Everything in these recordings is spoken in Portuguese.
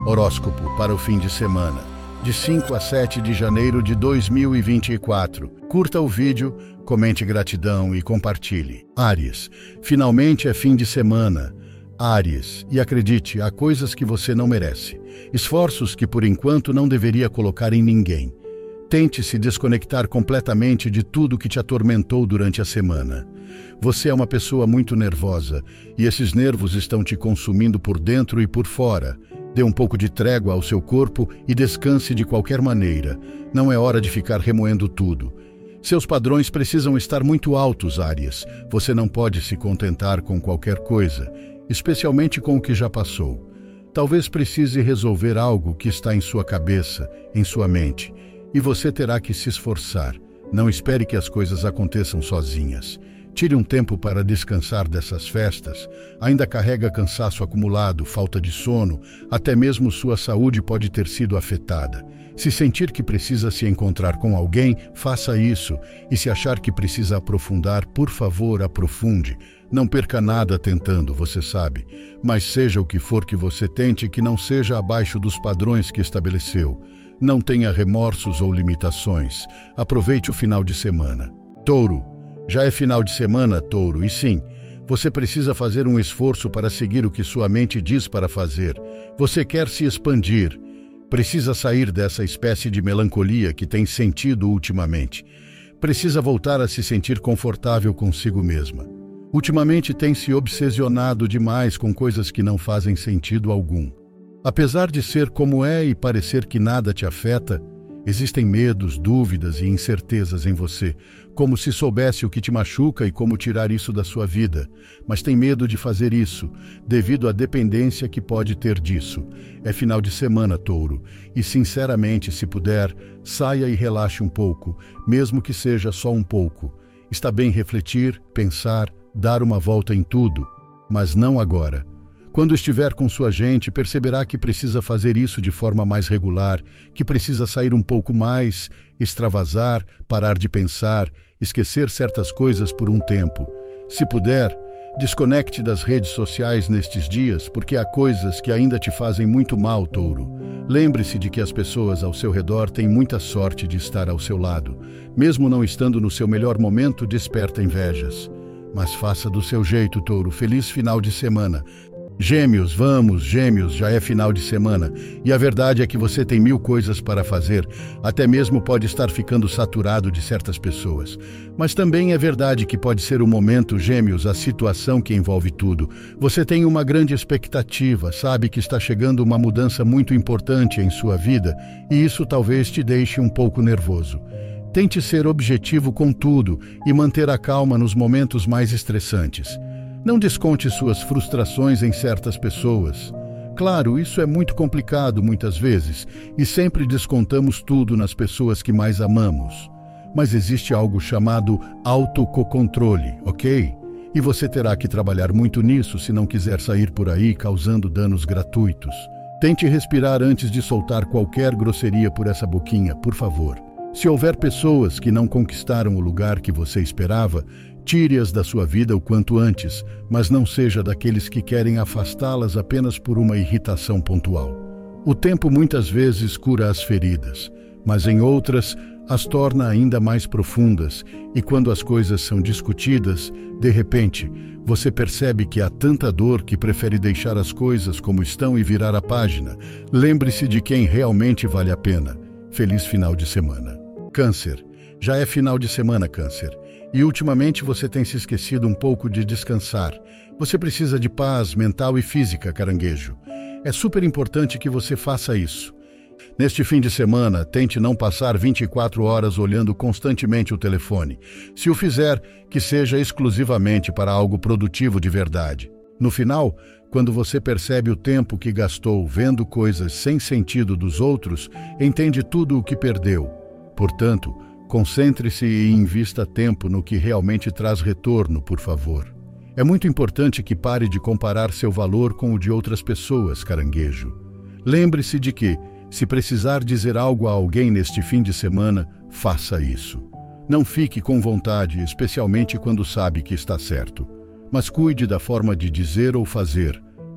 Horóscopo para o fim de semana, de 5 a 7 de janeiro de 2024. Curta o vídeo, comente gratidão e compartilhe. Áries, finalmente é fim de semana. Áries, e acredite, há coisas que você não merece. Esforços que por enquanto não deveria colocar em ninguém. Tente se desconectar completamente de tudo que te atormentou durante a semana. Você é uma pessoa muito nervosa e esses nervos estão te consumindo por dentro e por fora. Dê um pouco de trégua ao seu corpo e descanse de qualquer maneira. Não é hora de ficar remoendo tudo. Seus padrões precisam estar muito altos, Áries. Você não pode se contentar com qualquer coisa, especialmente com o que já passou. Talvez precise resolver algo que está em sua cabeça, em sua mente, e você terá que se esforçar. Não espere que as coisas aconteçam sozinhas. Tire um tempo para descansar dessas festas. Ainda carrega cansaço acumulado, falta de sono, até mesmo sua saúde pode ter sido afetada. Se sentir que precisa se encontrar com alguém, faça isso. E se achar que precisa aprofundar, por favor, aprofunde. Não perca nada tentando, você sabe. Mas seja o que for que você tente, que não seja abaixo dos padrões que estabeleceu. Não tenha remorsos ou limitações. Aproveite o final de semana. Touro. Já é final de semana, Touro, e sim, você precisa fazer um esforço para seguir o que sua mente diz para fazer. Você quer se expandir. Precisa sair dessa espécie de melancolia que tem sentido ultimamente. Precisa voltar a se sentir confortável consigo mesma. Ultimamente tem se obsessionado demais com coisas que não fazem sentido algum. Apesar de ser como é e parecer que nada te afeta, existem medos, dúvidas e incertezas em você, como se soubesse o que te machuca e como tirar isso da sua vida. Mas tem medo de fazer isso, devido à dependência que pode ter disso. É final de semana, Touro, e sinceramente, se puder, saia e relaxe um pouco, mesmo que seja só um pouco. Está bem refletir, pensar, dar uma volta em tudo, mas não agora. Quando estiver com sua gente, perceberá que precisa fazer isso de forma mais regular, que precisa sair um pouco mais, extravasar, parar de pensar, esquecer certas coisas por um tempo. Se puder, desconecte das redes sociais nestes dias, porque há coisas que ainda te fazem muito mal, Touro. Lembre-se de que as pessoas ao seu redor têm muita sorte de estar ao seu lado. Mesmo não estando no seu melhor momento, desperta invejas. Mas faça do seu jeito, Touro. Feliz final de semana. Gêmeos, vamos, Gêmeos, já é final de semana, e a verdade é que você tem 1000 coisas para fazer, até mesmo pode estar ficando saturado de certas pessoas. Mas também é verdade que pode ser o momento, Gêmeos, a situação que envolve tudo. Você tem uma grande expectativa, sabe que está chegando uma mudança muito importante em sua vida, e isso talvez te deixe um pouco nervoso. Tente ser objetivo com tudo e manter a calma nos momentos mais estressantes. Não desconte suas frustrações em certas pessoas. Claro, isso é muito complicado muitas vezes, e sempre descontamos tudo nas pessoas que mais amamos. Mas existe algo chamado autocontrole, ok? E você terá que trabalhar muito nisso se não quiser sair por aí causando danos gratuitos. Tente respirar antes de soltar qualquer grosseria por essa boquinha, por favor. Se houver pessoas que não conquistaram o lugar que você esperava, tire-as da sua vida o quanto antes, mas não seja daqueles que querem afastá-las apenas por uma irritação pontual. O tempo muitas vezes cura as feridas, mas em outras as torna ainda mais profundas, e quando as coisas são discutidas, de repente, você percebe que há tanta dor que prefere deixar as coisas como estão e virar a página. Lembre-se de quem realmente vale a pena. Feliz final de semana. Câncer. Já é final de semana, Câncer. E ultimamente você tem se esquecido um pouco de descansar. Você precisa de paz mental e física, caranguejo. É super importante que você faça isso. Neste fim de semana, tente não passar 24 horas olhando constantemente o telefone. Se o fizer, que seja exclusivamente para algo produtivo de verdade. No final, quando você percebe o tempo que gastou vendo coisas sem sentido dos outros, entende tudo o que perdeu. Portanto, concentre-se e invista tempo no que realmente traz retorno, por favor. É muito importante que pare de comparar seu valor com o de outras pessoas, caranguejo. Lembre-se de que, se precisar dizer algo a alguém neste fim de semana, faça isso. Não fique com vontade, especialmente quando sabe que está certo. Mas cuide da forma de dizer ou fazer,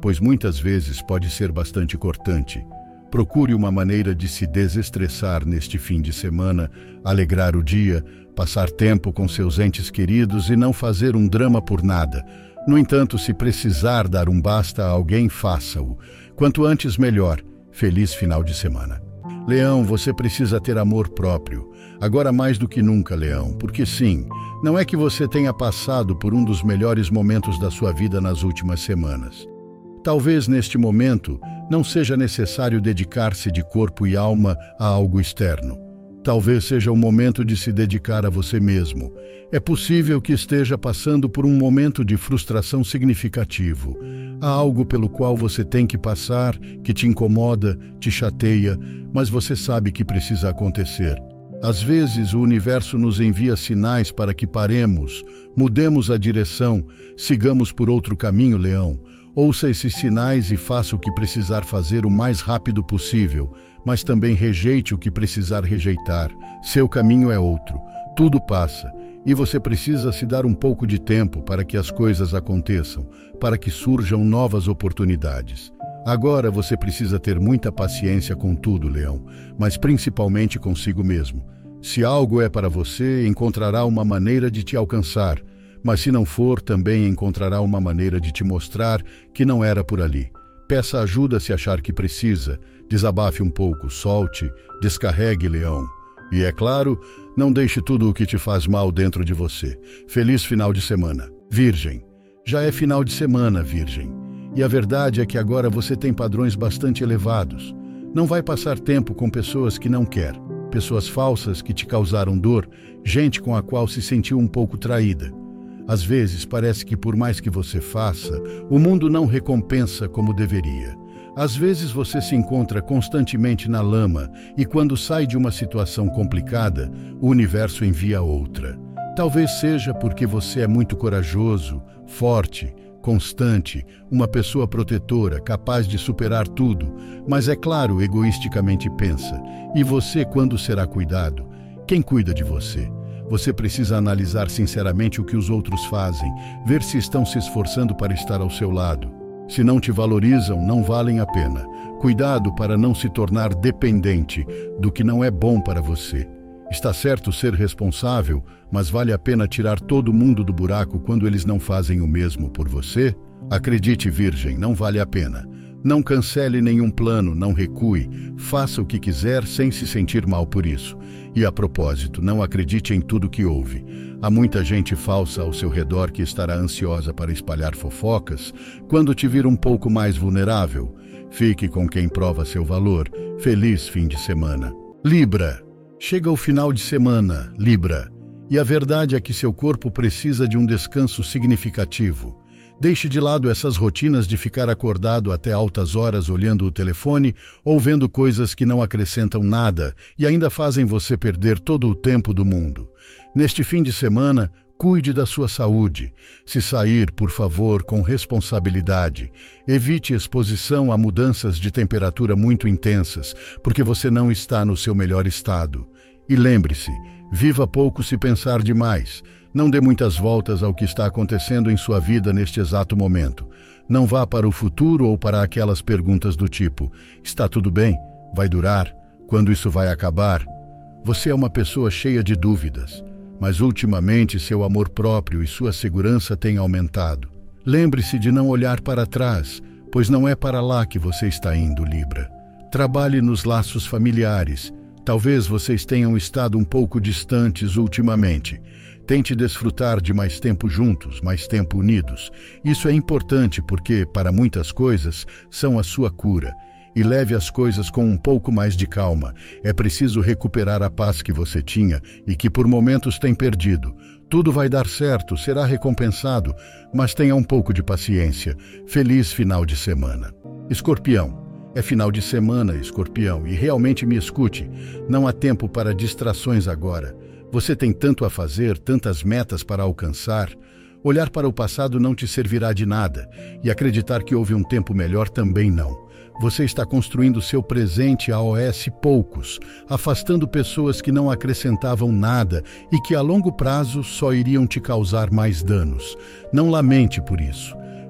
pois muitas vezes pode ser bastante cortante. Procure uma maneira de se desestressar neste fim de semana, alegrar o dia, passar tempo com seus entes queridos e não fazer um drama por nada. No entanto, se precisar dar um basta a alguém, faça-o. Quanto antes, melhor. Feliz final de semana. Leão, você precisa ter amor próprio. Agora mais do que nunca, Leão, porque sim, não é que você tenha passado por um dos melhores momentos da sua vida nas últimas semanas. Talvez neste momento não seja necessário dedicar-se de corpo e alma a algo externo. Talvez seja o momento de se dedicar a você mesmo. É possível que esteja passando por um momento de frustração significativo. Há algo pelo qual você tem que passar, que te incomoda, te chateia, mas você sabe que precisa acontecer. Às vezes o universo nos envia sinais para que paremos, mudemos a direção, sigamos por outro caminho, Leão. Ouça esses sinais e faça o que precisar fazer o mais rápido possível, mas também rejeite o que precisar rejeitar. Seu caminho é outro. Tudo passa, e você precisa se dar um pouco de tempo para que as coisas aconteçam, para que surjam novas oportunidades. Agora você precisa ter muita paciência com tudo, Leão, mas principalmente consigo mesmo. Se algo é para você, encontrará uma maneira de te alcançar. Mas se não for, também encontrará uma maneira de te mostrar que não era por ali. Peça ajuda se achar que precisa, desabafe um pouco, solte, descarregue, Leão. E é claro, não deixe tudo o que te faz mal dentro de você. Feliz final de semana. Virgem. Já é final de semana, Virgem. E a verdade é que agora você tem padrões bastante elevados. Não vai passar tempo com pessoas que não quer, pessoas falsas que te causaram dor, gente com a qual se sentiu um pouco traída. Às vezes parece que por mais que você faça, o mundo não recompensa como deveria. Às vezes você se encontra constantemente na lama e quando sai de uma situação complicada, o universo envia outra. Talvez seja porque você é muito corajoso, forte, constante, uma pessoa protetora, capaz de superar tudo, mas é claro, egoisticamente pensa. E você, quando será cuidado? Quem cuida de você? Você precisa analisar sinceramente o que os outros fazem, ver se estão se esforçando para estar ao seu lado. Se não te valorizam, não valem a pena. Cuidado para não se tornar dependente do que não é bom para você. Está certo ser responsável, mas vale a pena tirar todo mundo do buraco quando eles não fazem o mesmo por você? Acredite, Virgem, não vale a pena. Não cancele nenhum plano, não recue, faça o que quiser sem se sentir mal por isso. E a propósito, não acredite em tudo que ouve. Há muita gente falsa ao seu redor que estará ansiosa para espalhar fofocas quando te vir um pouco mais vulnerável. Fique com quem prova seu valor. Feliz fim de semana. Libra. Chega o final de semana, Libra. E a verdade é que seu corpo precisa de um descanso significativo. Deixe de lado essas rotinas de ficar acordado até altas horas olhando o telefone ou vendo coisas que não acrescentam nada e ainda fazem você perder todo o tempo do mundo. Neste fim de semana, cuide da sua saúde. Se sair, por favor, com responsabilidade. Evite exposição a mudanças de temperatura muito intensas, porque você não está no seu melhor estado. E lembre-se, viva pouco se pensar demais. Não dê muitas voltas ao que está acontecendo em sua vida neste exato momento. Não vá para o futuro ou para aquelas perguntas do tipo: está tudo bem? Vai durar? Quando isso vai acabar? Você é uma pessoa cheia de dúvidas, mas ultimamente seu amor próprio e sua segurança têm aumentado. Lembre-se de não olhar para trás, pois não é para lá que você está indo, Libra. Trabalhe nos laços familiares. Talvez vocês tenham estado um pouco distantes ultimamente. Tente desfrutar de mais tempo juntos, mais tempo unidos. Isso é importante porque, para muitas coisas, são a sua cura. E leve as coisas com um pouco mais de calma. É preciso recuperar a paz que você tinha e que por momentos tem perdido. Tudo vai dar certo, será recompensado, mas tenha um pouco de paciência. Feliz final de semana. Escorpião. É final de semana, Escorpião, e realmente me escute. Não há tempo para distrações agora. Você tem tanto a fazer, tantas metas para alcançar. Olhar para o passado não te servirá de nada, e acreditar que houve um tempo melhor também não. Você está construindo seu presente aos poucos, afastando pessoas que não acrescentavam nada e que a longo prazo só iriam te causar mais danos. Não lamente por isso.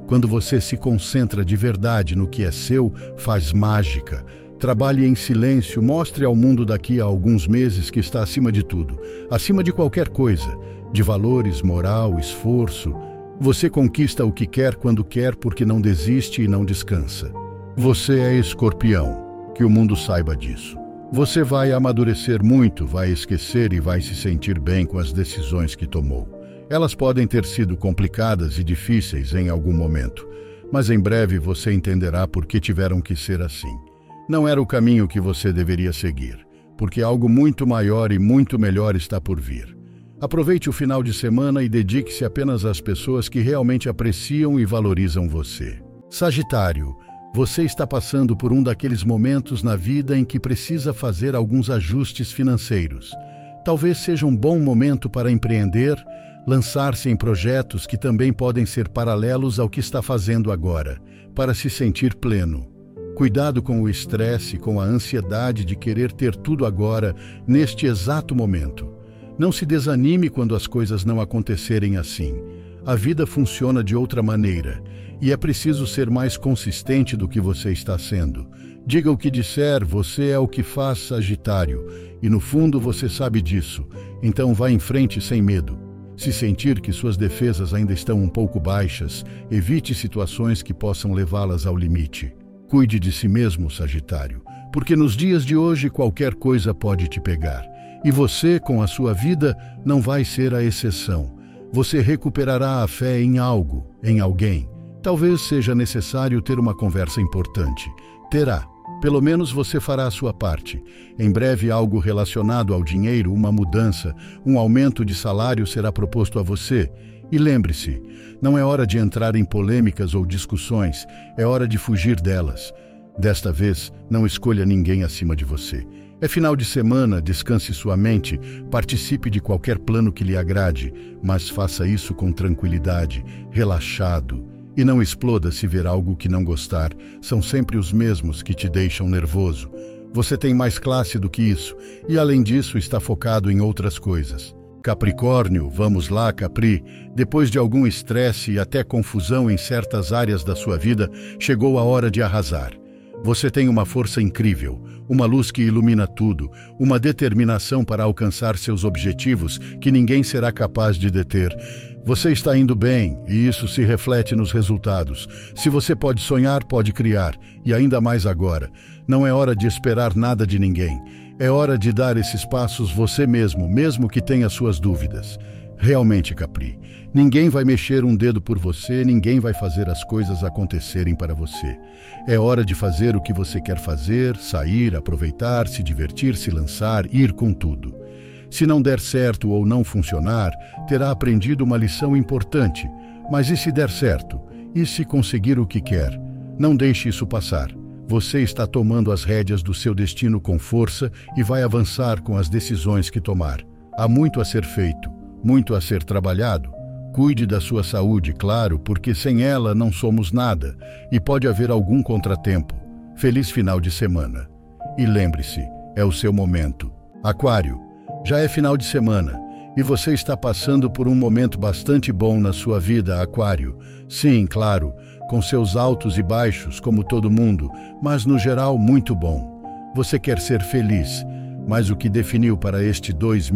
Quando você se concentra de verdade no que é seu, faz mágica. Trabalhe em silêncio, mostre ao mundo daqui a alguns meses que está acima de tudo, acima de qualquer coisa, de valores, moral, esforço. Você conquista o que quer quando quer porque não desiste e não descansa. Você é Escorpião, que o mundo saiba disso. Você vai amadurecer muito, vai esquecer e vai se sentir bem com as decisões que tomou. Elas podem ter sido complicadas e difíceis em algum momento, mas em breve você entenderá por que tiveram que ser assim. Não era o caminho que você deveria seguir, porque algo muito maior e muito melhor está por vir. Aproveite o final de semana e dedique-se apenas às pessoas que realmente apreciam e valorizam você. Sagitário, você está passando por um daqueles momentos na vida em que precisa fazer alguns ajustes financeiros. Talvez seja um bom momento para empreender, lançar-se em projetos que também podem ser paralelos ao que está fazendo agora, para se sentir pleno. Cuidado com o estresse, com a ansiedade de querer ter tudo agora, neste exato momento. Não se desanime quando as coisas não acontecerem assim. A vida funciona de outra maneira, e é preciso ser mais consistente do que você está sendo. Diga o que disser, você é o que faz, Sagitário, e no fundo você sabe disso, então vá em frente sem medo. Se sentir que suas defesas ainda estão um pouco baixas, evite situações que possam levá-las ao limite. Cuide de si mesmo, Sagitário, porque nos dias de hoje qualquer coisa pode te pegar. E você, com a sua vida, não vai ser a exceção. Você recuperará a fé em algo, em alguém. Talvez seja necessário ter uma conversa importante. Terá. Pelo menos você fará a sua parte. Em breve, algo relacionado ao dinheiro, uma mudança, um aumento de salário será proposto a você. E lembre-se, não é hora de entrar em polêmicas ou discussões, é hora de fugir delas. Desta vez, não escolha ninguém acima de você. É final de semana, descanse sua mente, participe de qualquer plano que lhe agrade, mas faça isso com tranquilidade, relaxado. E não exploda se ver algo que não gostar, são sempre os mesmos que te deixam nervoso. Você tem mais classe do que isso, e além disso está focado em outras coisas. Capricórnio, vamos lá, Capri, depois de algum estresse e até confusão em certas áreas da sua vida, chegou a hora de arrasar. Você tem uma força incrível, uma luz que ilumina tudo, uma determinação para alcançar seus objetivos que ninguém será capaz de deter. Você está indo bem e isso se reflete nos resultados. Se você pode sonhar, pode criar, e ainda mais agora. Não é hora de esperar nada de ninguém. É hora de dar esses passos você mesmo, mesmo que tenha suas dúvidas. Realmente, Capri, ninguém vai mexer um dedo por você, ninguém vai fazer as coisas acontecerem para você. É hora de fazer o que você quer fazer, sair, aproveitar, se divertir, se lançar, ir com tudo. Se não der certo ou não funcionar, terá aprendido uma lição importante. Mas e se der certo? E se conseguir o que quer? Não deixe isso passar. Você está tomando as rédeas do seu destino com força e vai avançar com as decisões que tomar. Há muito a ser feito, muito a ser trabalhado. Cuide da sua saúde, claro, porque sem ela não somos nada e pode haver algum contratempo. Feliz final de semana. E lembre-se, é o seu momento. Aquário, já é final de semana e você está passando por um momento bastante bom na sua vida, Aquário. Sim, claro, com seus altos e baixos, como todo mundo, mas no geral muito bom. Você quer ser feliz, mas o que definiu para este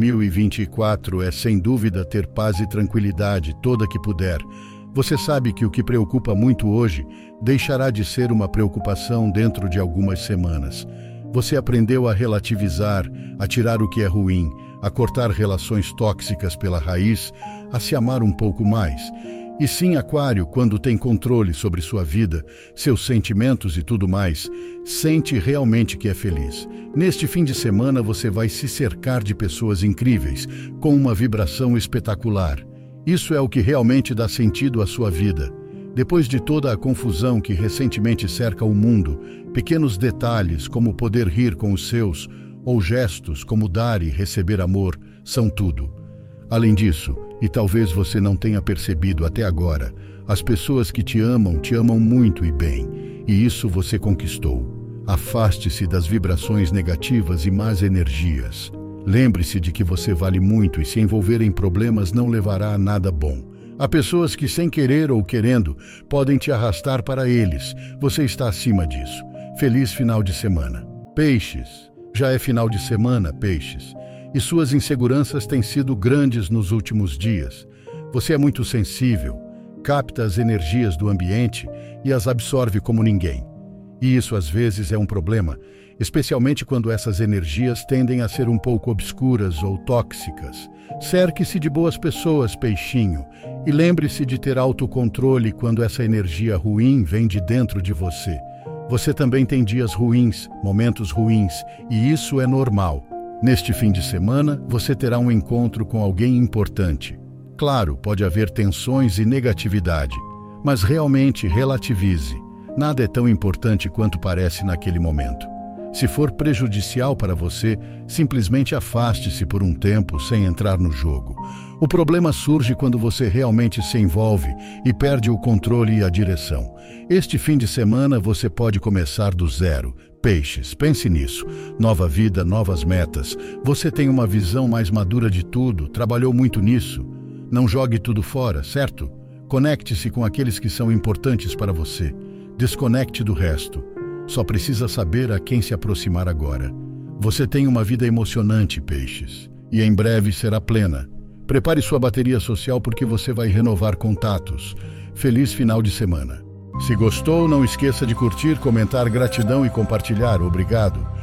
2024 é sem dúvida ter paz e tranquilidade toda que puder. Você sabe que o que preocupa muito hoje deixará de ser uma preocupação dentro de algumas semanas. Você aprendeu a relativizar, a tirar o que é ruim, a cortar relações tóxicas pela raiz, a se amar um pouco mais. E sim, Aquário, quando tem controle sobre sua vida, seus sentimentos e tudo mais, sente realmente que é feliz. Neste fim de semana você vai se cercar de pessoas incríveis, com uma vibração espetacular. Isso é o que realmente dá sentido à sua vida. Depois de toda a confusão que recentemente cerca o mundo, pequenos detalhes como poder rir com os seus, ou gestos como dar e receber amor, são tudo. Além disso, e talvez você não tenha percebido até agora, as pessoas que te amam muito e bem, e isso você conquistou. Afaste-se das vibrações negativas e más energias. Lembre-se de que você vale muito e se envolver em problemas não levará a nada bom. Há pessoas que, sem querer ou querendo, podem te arrastar para eles. Você está acima disso. Feliz final de semana. Peixes. Já é final de semana, peixes. E suas inseguranças têm sido grandes nos últimos dias. Você é muito sensível, capta as energias do ambiente e as absorve como ninguém. E isso às vezes é um problema, especialmente quando essas energias tendem a ser um pouco obscuras ou tóxicas. Cerque-se de boas pessoas, peixinho, e lembre-se de ter autocontrole quando essa energia ruim vem de dentro de você. Você também tem dias ruins, momentos ruins, e isso é normal. Neste fim de semana, você terá um encontro com alguém importante. Claro, pode haver tensões e negatividade, mas realmente relativize. Nada é tão importante quanto parece naquele momento. Se for prejudicial para você, simplesmente afaste-se por um tempo sem entrar no jogo. O problema surge quando você realmente se envolve e perde o controle e a direção. Este fim de semana você pode começar do zero. Peixes, pense nisso. Nova vida, novas metas. Você tem uma visão mais madura de tudo, trabalhou muito nisso. Não jogue tudo fora, certo? Conecte-se com aqueles que são importantes para você. Desconecte do resto. Só precisa saber a quem se aproximar agora. Você tem uma vida emocionante, peixes, e em breve será plena. Prepare sua bateria social porque você vai renovar contatos. Feliz final de semana. Se gostou, não esqueça de curtir, comentar, gratidão e compartilhar. Obrigado.